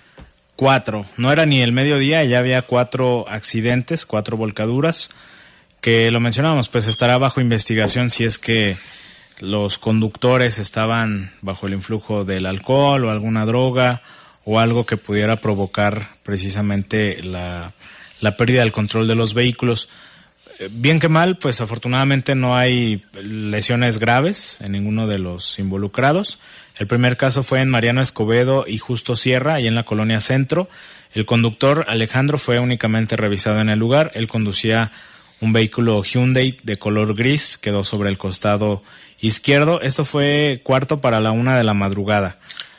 [SPEAKER 4] 4, no era ni el mediodía, ya había 4 accidentes, 4 volcaduras, que lo mencionábamos, pues estará bajo investigación si es que los conductores estaban bajo el influjo del alcohol o alguna droga o algo que pudiera provocar precisamente la pérdida del control de los vehículos. Bien que mal, pues afortunadamente no hay lesiones graves en ninguno de los involucrados. El primer caso fue en Mariano Escobedo y Justo Sierra, ahí en la colonia Centro. El conductor Alejandro fue únicamente revisado en el lugar. Él conducía un vehículo Hyundai de color gris, quedó sobre el costado izquierdo. Esto fue 1:45 de la madrugada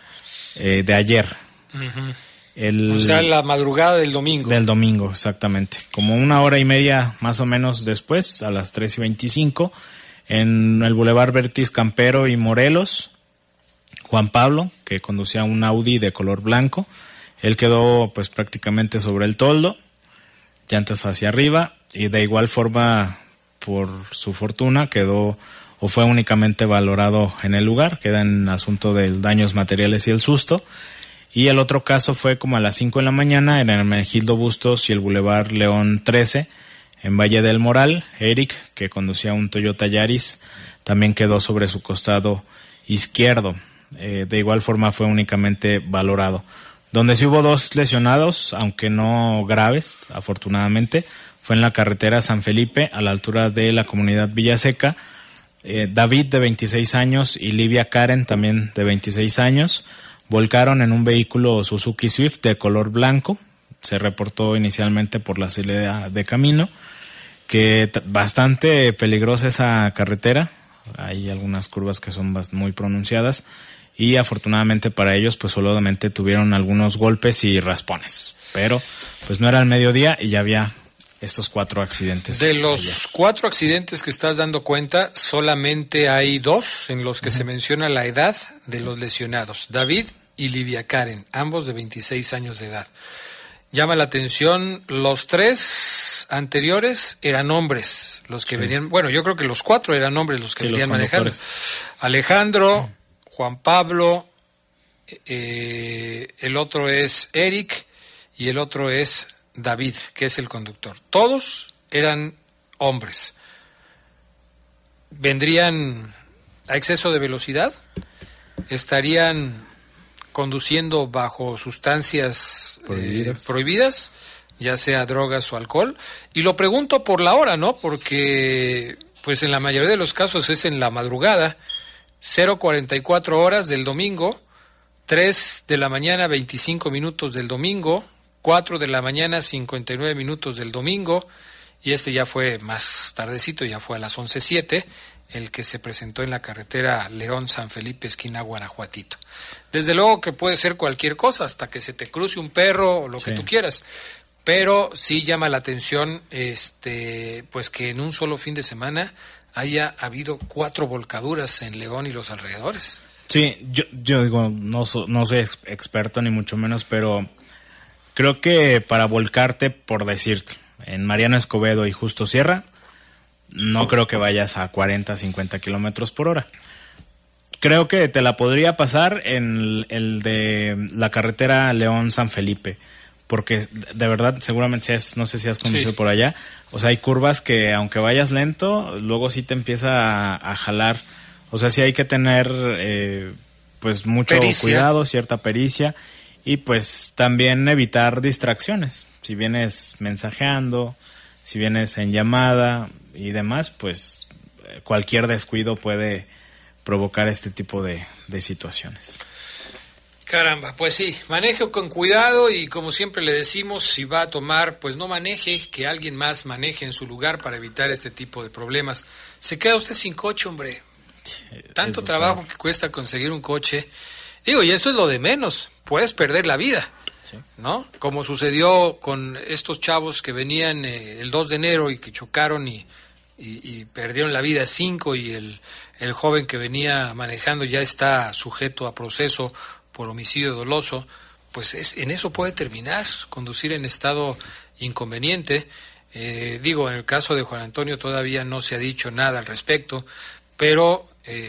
[SPEAKER 4] de ayer.
[SPEAKER 3] Uh-huh. O sea, la madrugada del domingo.
[SPEAKER 4] Del domingo, exactamente. Como 1:30 más o menos después, a las 3:25, en el Boulevard Bertis Campero y Morelos, Juan Pablo, que conducía un Audi de color blanco, él quedó pues prácticamente sobre el toldo, llantas hacia arriba, y de igual forma, por su fortuna, quedó o fue únicamente valorado en el lugar, queda en asunto de daños materiales y el susto. Y el otro caso fue como a las 5 de la mañana en Hermenegildo Bustos y el Boulevard León 13, en Valle del Moral. Eric, que conducía un Toyota Yaris, también quedó sobre su costado izquierdo. De igual forma fue únicamente valorado. Donde sí hubo 2 lesionados, aunque no graves, afortunadamente, fue en la carretera San Felipe, a la altura de la comunidad Villaseca. David, de 26 años, y Livia Karen, también de 26 años, volcaron en un vehículo Suzuki Swift de color blanco. Se reportó inicialmente por la salida de camino, que bastante peligrosa esa carretera. Hay algunas curvas que son muy pronunciadas, y afortunadamente para ellos pues solamente tuvieron algunos golpes y raspones, pero pues no era el mediodía y ya había estos 4 accidentes.
[SPEAKER 3] De los 4 accidentes que estás dando cuenta, solamente hay 2 en los que se menciona la edad de los lesionados, David y Livia Karen, ambos de 26 años de edad. Llama la atención, los 3 anteriores eran hombres, los que venían, bueno, yo creo que los 4 eran hombres los que venían manejando. Alejandro, Juan Pablo, el otro es Eric y el otro es David, que es el conductor. Todos eran hombres. ¿Vendrían a exceso de velocidad? ¿Estarían conduciendo bajo sustancias prohibidas? ya sea drogas o alcohol. Y lo pregunto por la hora, ¿no? Porque pues en la mayoría de los casos es en la madrugada, 0:44 horas del domingo, 3 de la mañana 25 minutos del domingo, 4 de la mañana 59 minutos del domingo, y este ya fue más tardecito, ya fue a las 11:07, el que se presentó en la carretera León-San Felipe, esquina Guanajuatito. Desde luego que puede ser cualquier cosa, hasta que se te cruce un perro o lo que tú quieras, pero sí llama la atención pues que en un solo fin de semana haya habido 4 volcaduras en León y los alrededores. Sí,
[SPEAKER 4] yo digo, no soy experto ni mucho menos, pero creo que para volcarte, por decirte, en Mariano Escobedo y Justo Sierra, no creo que vayas a 40, 50 kilómetros por hora. Creo que te la podría pasar en el de la carretera León-San Felipe, porque de verdad, seguramente no sé si has conducido por allá, o sea, hay curvas que aunque vayas lento, luego sí te empieza a jalar. O sea, sí hay que tener pues mucho cuidado, cierta pericia, y pues también evitar distracciones. Si vienes mensajeando, si vienes en llamada y demás, pues cualquier descuido puede provocar este tipo de situaciones.
[SPEAKER 3] Caramba, pues sí, maneje con cuidado y como siempre le decimos, si va a tomar, pues no maneje, que alguien más maneje en su lugar para evitar este tipo de problemas. Se queda usted sin coche, hombre. Tanto trabajo que cuesta conseguir un coche. Digo, y eso es lo de menos, puedes perder la vida, ¿no? Como sucedió con estos chavos que venían el 2 de enero y que chocaron y perdieron la vida 5, y el joven que venía manejando ya está sujeto a proceso por homicidio doloso. Pues en eso puede terminar, conducir en estado inconveniente. Digo, en el caso de Juan Antonio todavía no se ha dicho nada al respecto, pero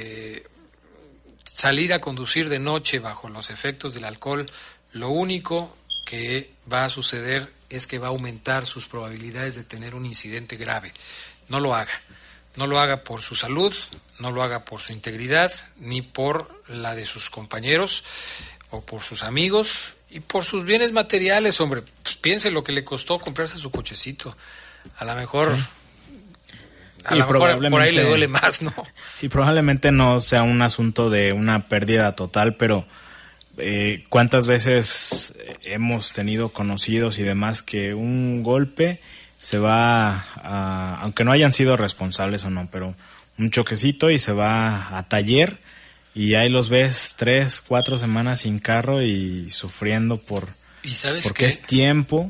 [SPEAKER 3] salir a conducir de noche bajo los efectos del alcohol, lo único que va a suceder es que va a aumentar sus probabilidades de tener un incidente grave. No lo haga. No lo haga por su salud, no lo haga por su integridad, ni por la de sus compañeros o por sus amigos y por sus bienes materiales, hombre. Pues piense lo que le costó comprarse su cochecito. A lo mejor... Sí. A lo mejor por ahí le duele más, ¿no?
[SPEAKER 4] Y probablemente no sea un asunto de una pérdida total, pero ¿cuántas veces hemos tenido conocidos y demás que un golpe se va a, aunque no hayan sido responsables o no, pero un choquecito y se va a taller y ahí los ves 3, 4 semanas sin carro y sufriendo
[SPEAKER 3] ¿Y sabes
[SPEAKER 4] porque
[SPEAKER 3] qué?
[SPEAKER 4] Es tiempo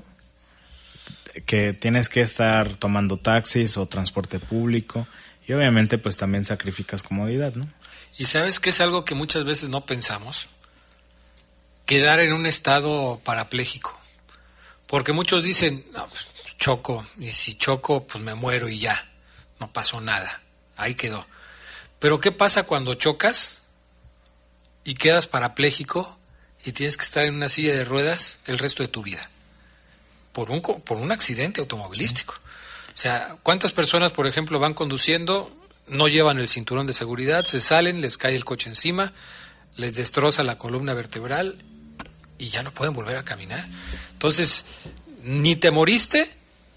[SPEAKER 4] que tienes que estar tomando taxis o transporte público y obviamente pues también sacrificas comodidad, ¿no?
[SPEAKER 3] ¿Y sabes qué es algo que muchas veces no pensamos? Quedar en un estado parapléjico. Porque muchos dicen, no, pues choco, y si choco pues me muero y ya, no pasó nada, ahí quedó. Pero ¿qué pasa cuando chocas y quedas parapléjico y tienes que estar en una silla de ruedas el resto de tu vida? Por un accidente automovilístico. O sea, ¿cuántas personas, por ejemplo, van conduciendo, no llevan el cinturón de seguridad, se salen, les cae el coche encima, les destroza la columna vertebral y ya no pueden volver a caminar? Entonces, ni te moriste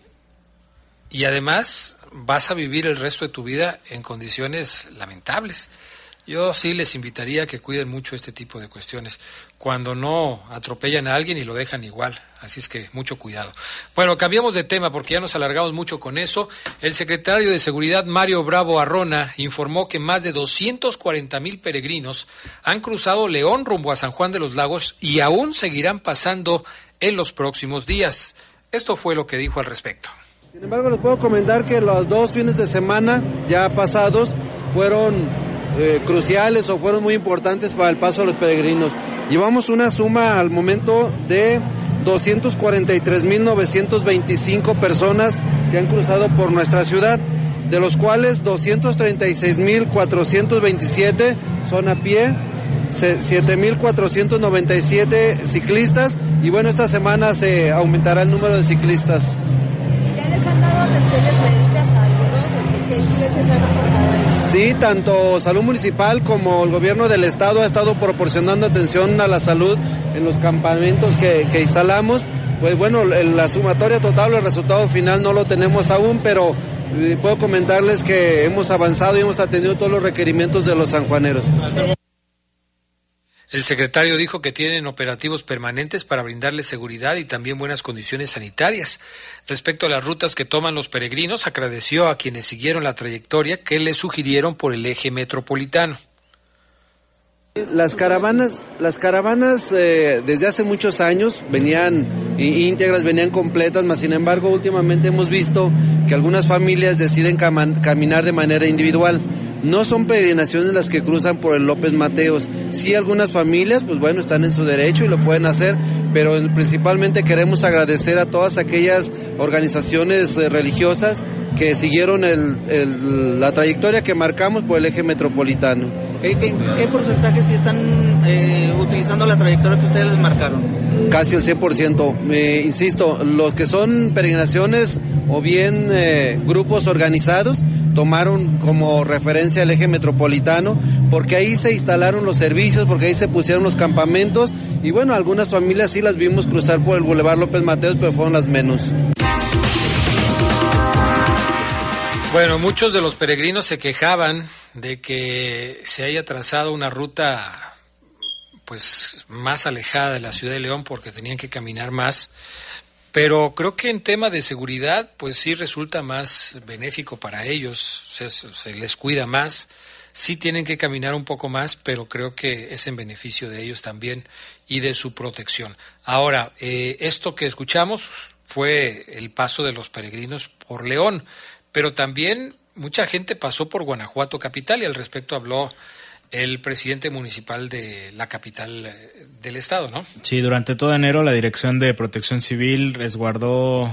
[SPEAKER 3] y además vas a vivir el resto de tu vida en condiciones lamentables. Yo sí les invitaría a que cuiden mucho este tipo de cuestiones, cuando no atropellan a alguien y lo dejan igual. Así es que mucho cuidado. Bueno, cambiamos de tema porque ya nos alargamos mucho con eso. El secretario de Seguridad, Mario Bravo Arrona, informó que más de 240,000 peregrinos han cruzado León rumbo a San Juan de los Lagos y aún seguirán pasando en los próximos días. Esto fue lo que dijo al respecto.
[SPEAKER 5] Sin embargo, les puedo comentar que los 2 fines de semana ya pasados fueron cruciales o fueron muy importantes para el paso de los peregrinos. Llevamos una suma al momento de 243,925 personas que han cruzado por nuestra ciudad, de los cuales 236,427 son a pie, 7,497 ciclistas, y bueno, esta semana se aumentará el número de ciclistas.
[SPEAKER 6] ¿Ya les han dado atenciones médicas a algunos? ¿Qué influencias han reportado ahí?
[SPEAKER 5] Sí, tanto Salud Municipal como el Gobierno del Estado ha estado proporcionando atención a la salud en los campamentos que instalamos, pues bueno, la sumatoria total, el resultado final no lo tenemos aún, pero puedo comentarles que hemos avanzado y hemos atendido todos los requerimientos de los sanjuaneros.
[SPEAKER 3] El secretario dijo que tienen operativos permanentes para brindarles seguridad y también buenas condiciones sanitarias. Respecto a las rutas que toman los peregrinos, agradeció a quienes siguieron la trayectoria que les sugirieron por el eje metropolitano.
[SPEAKER 5] Las caravanas desde hace muchos años venían íntegras, venían completas, mas sin embargo últimamente hemos visto que algunas familias deciden caminar de manera individual. No son peregrinaciones las que cruzan por el López Mateos. Sí, algunas familias, pues bueno, están en su derecho y lo pueden hacer, pero principalmente queremos agradecer a todas aquellas organizaciones religiosas que siguieron la trayectoria que marcamos por el eje metropolitano.
[SPEAKER 7] ¿Qué porcentaje sí están utilizando la trayectoria que ustedes les marcaron?
[SPEAKER 5] Casi el 100%. Insisto, los que son peregrinaciones o bien grupos organizados tomaron como referencia el eje metropolitano, porque ahí se instalaron los servicios, porque ahí se pusieron los campamentos, y bueno, algunas familias sí las vimos cruzar por el Boulevard López Mateos, pero fueron las menos.
[SPEAKER 3] Bueno, muchos de los peregrinos se quejaban de que se haya trazado una ruta pues más alejada de la ciudad de León porque tenían que caminar más, pero creo que en tema de seguridad pues sí resulta más benéfico para ellos, se les cuida más, sí tienen que caminar un poco más, pero creo que es en beneficio de ellos también y de su protección. Ahora, esto que escuchamos fue el paso de los peregrinos por León, pero también mucha gente pasó por Guanajuato capital y al respecto habló el presidente municipal de la capital del estado, ¿no?
[SPEAKER 4] Sí, durante todo enero la Dirección de Protección Civil resguardó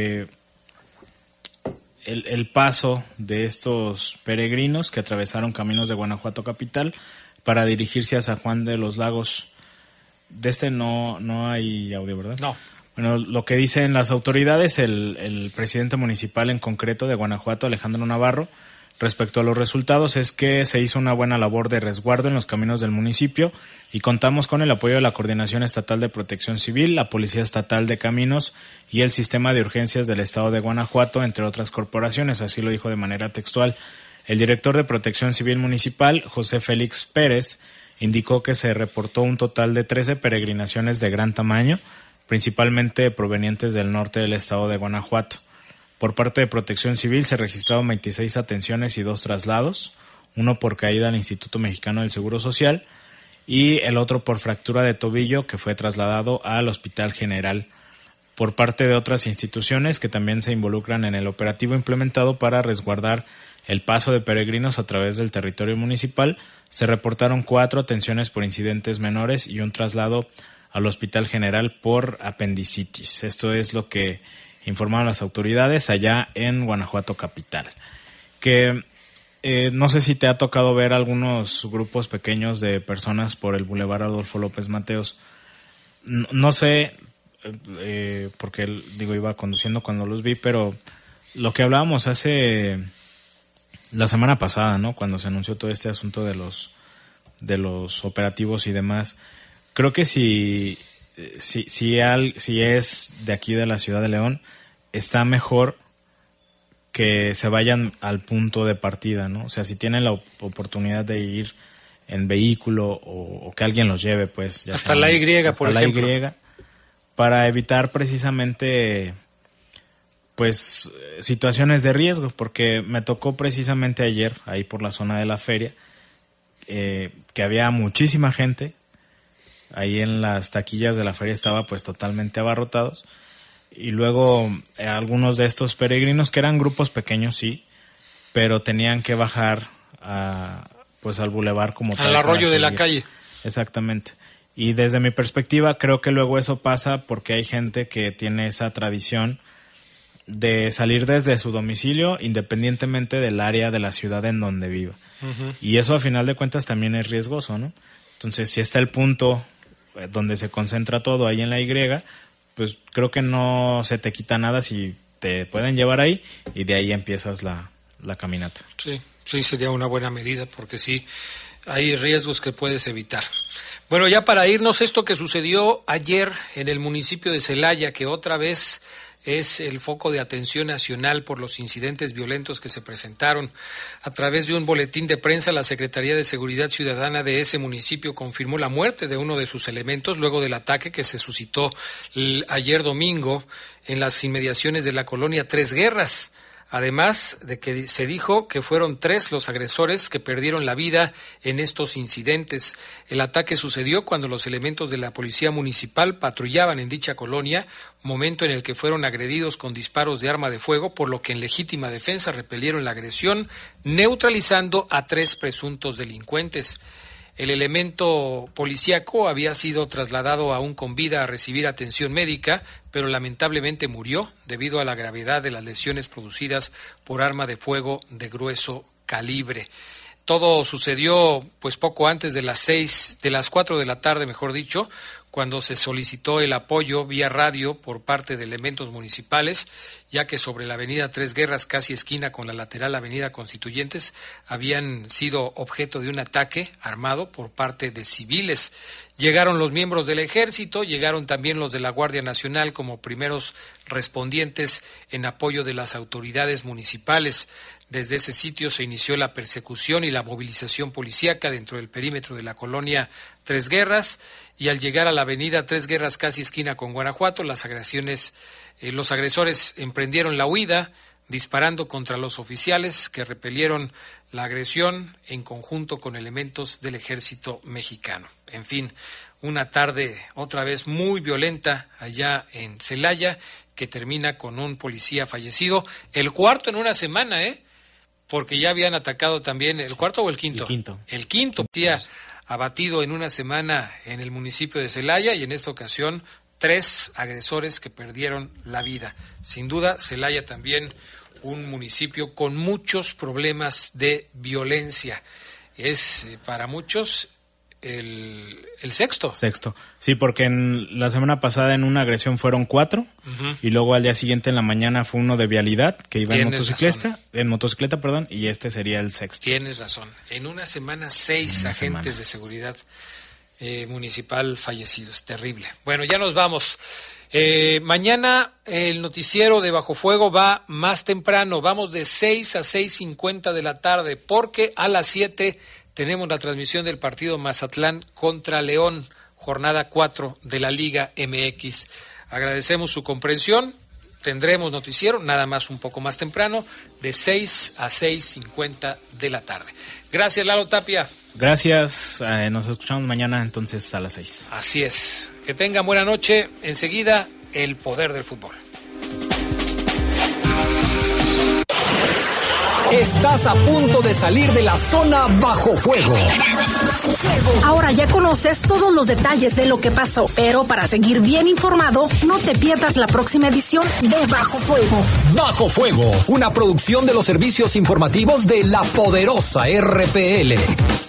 [SPEAKER 4] el paso de estos peregrinos que atravesaron caminos de Guanajuato capital para dirigirse a San Juan de los Lagos. De este no hay audio, ¿verdad?
[SPEAKER 3] No.
[SPEAKER 4] Bueno, lo que dicen las autoridades, el presidente municipal en concreto de Guanajuato, Alejandro Navarro, respecto a los resultados, es que se hizo una buena labor de resguardo en los caminos del municipio y contamos con el apoyo de la Coordinación Estatal de Protección Civil, la Policía Estatal de Caminos y el Sistema de Urgencias del Estado de Guanajuato, entre otras corporaciones, así lo dijo de manera textual. El director de Protección Civil Municipal, José Félix Pérez, indicó que se reportó un total de 13 peregrinaciones de gran tamaño, principalmente provenientes del norte del estado de Guanajuato. Por parte de Protección Civil se registraron 26 atenciones y 2 traslados, uno por caída al Instituto Mexicano del Seguro Social y el otro por fractura de tobillo que fue trasladado al Hospital General. Por parte de otras instituciones que también se involucran en el operativo implementado para resguardar el paso de peregrinos a través del territorio municipal, se reportaron 4 atenciones por incidentes menores y un traslado al Hospital General por apendicitis. Esto es lo que informaron las autoridades allá en Guanajuato capital. Que no sé si te ha tocado ver algunos grupos pequeños de personas por el Boulevard Adolfo López Mateos. No sé, porque iba conduciendo cuando los vi, pero lo que hablábamos la semana pasada, ¿no? Cuando se anunció todo este asunto de los operativos y demás. Creo que si es de aquí de la ciudad de León, está mejor que se vayan al punto de partida, ¿no? O sea, si tienen la oportunidad de ir en vehículo o que alguien los lleve, pues ya
[SPEAKER 3] hasta la Y, por ejemplo.
[SPEAKER 4] La Y, para evitar precisamente pues situaciones de riesgo, porque me tocó precisamente ayer, ahí por la zona de la feria, que había muchísima gente. Ahí en las taquillas de la feria estaba pues totalmente abarrotados. Y luego algunos de estos peregrinos, que eran grupos pequeños, sí, pero tenían que bajar al bulevar como tal.
[SPEAKER 3] Al arroyo de la calle.
[SPEAKER 4] Exactamente. Y desde mi perspectiva creo que luego eso pasa porque hay gente que tiene esa tradición de salir desde su domicilio independientemente del área de la ciudad en donde viva. Uh-huh. Y eso a final de cuentas también es riesgoso, ¿no? Entonces, si está el punto donde se concentra todo ahí en la Y, pues creo que no se te quita nada si te pueden llevar ahí y de ahí empiezas la caminata.
[SPEAKER 3] Sí, sería una buena medida porque sí, hay riesgos que puedes evitar. Bueno, ya para irnos, esto que sucedió ayer en el municipio de Celaya, que otra vez es el foco de atención nacional por los incidentes violentos que se presentaron. A través de un boletín de prensa, la Secretaría de Seguridad Ciudadana de ese municipio confirmó la muerte de uno de sus elementos luego del ataque que se suscitó ayer domingo en las inmediaciones de la colonia Tres Guerras. Además de que se dijo que fueron 3 los agresores que perdieron la vida en estos incidentes. El ataque sucedió cuando los elementos de la policía municipal patrullaban en dicha colonia, momento en el que fueron agredidos con disparos de arma de fuego, por lo que en legítima defensa repelieron la agresión, neutralizando a 3 presuntos delincuentes. El elemento policíaco había sido trasladado aún con vida a recibir atención médica, pero lamentablemente murió debido a la gravedad de las lesiones producidas por arma de fuego de grueso calibre. Todo sucedió pues poco antes de las 4 de la tarde, mejor dicho, cuando se solicitó el apoyo vía radio por parte de elementos municipales, ya que sobre la avenida Tres Guerras, casi esquina con la lateral avenida Constituyentes, habían sido objeto de un ataque armado por parte de civiles. Llegaron los miembros del Ejército, llegaron también los de la Guardia Nacional como primeros respondientes en apoyo de las autoridades municipales. Desde ese sitio se inició la persecución y la movilización policíaca dentro del perímetro de la colonia Tres Guerras, y al llegar a la avenida Tres Guerras, casi esquina con Guanajuato, los agresores emprendieron la huida, disparando contra los oficiales que repelieron la agresión en conjunto con elementos del Ejército mexicano. En fin, una tarde otra vez muy violenta allá en Celaya, que termina con un policía fallecido, el cuarto en una semana, porque ya habían atacado también, ¿el cuarto o el quinto? El quinto policía abatido en una semana en el municipio de Celaya, y en esta ocasión 3 agresores que perdieron la vida. Sin duda, Celaya también un municipio con muchos problemas de violencia. Es para muchos el sexto.
[SPEAKER 4] Sí, porque en la semana pasada en una agresión fueron 4, y luego al día siguiente en la mañana fue uno de vialidad que iba en motocicleta, y este sería el sexto.
[SPEAKER 3] Tienes razón. En una semana 6 agentes de seguridad municipal fallecidos. Terrible. Bueno, ya nos vamos. Mañana el noticiero de Bajo Fuego va más temprano. Vamos de 6 a 6:50 de la tarde, porque a las 7 tenemos la transmisión del partido Mazatlán contra León, jornada 4 de la Liga MX. Agradecemos su comprensión. Tendremos noticiero, nada más un poco más temprano, de 6 a 6:50 de la tarde. Gracias, Lalo Tapia.
[SPEAKER 4] Gracias, nos escuchamos mañana entonces a las 6.
[SPEAKER 3] Así es. Que tengan buena noche. Enseguida, el poder del fútbol.
[SPEAKER 1] Estás a punto de salir de la zona Bajo Fuego.
[SPEAKER 2] Ahora ya conoces todos los detalles de lo que pasó, pero para seguir bien informado, no te pierdas la próxima edición de Bajo Fuego.
[SPEAKER 1] Bajo Fuego, una producción de los servicios informativos de la poderosa RPL.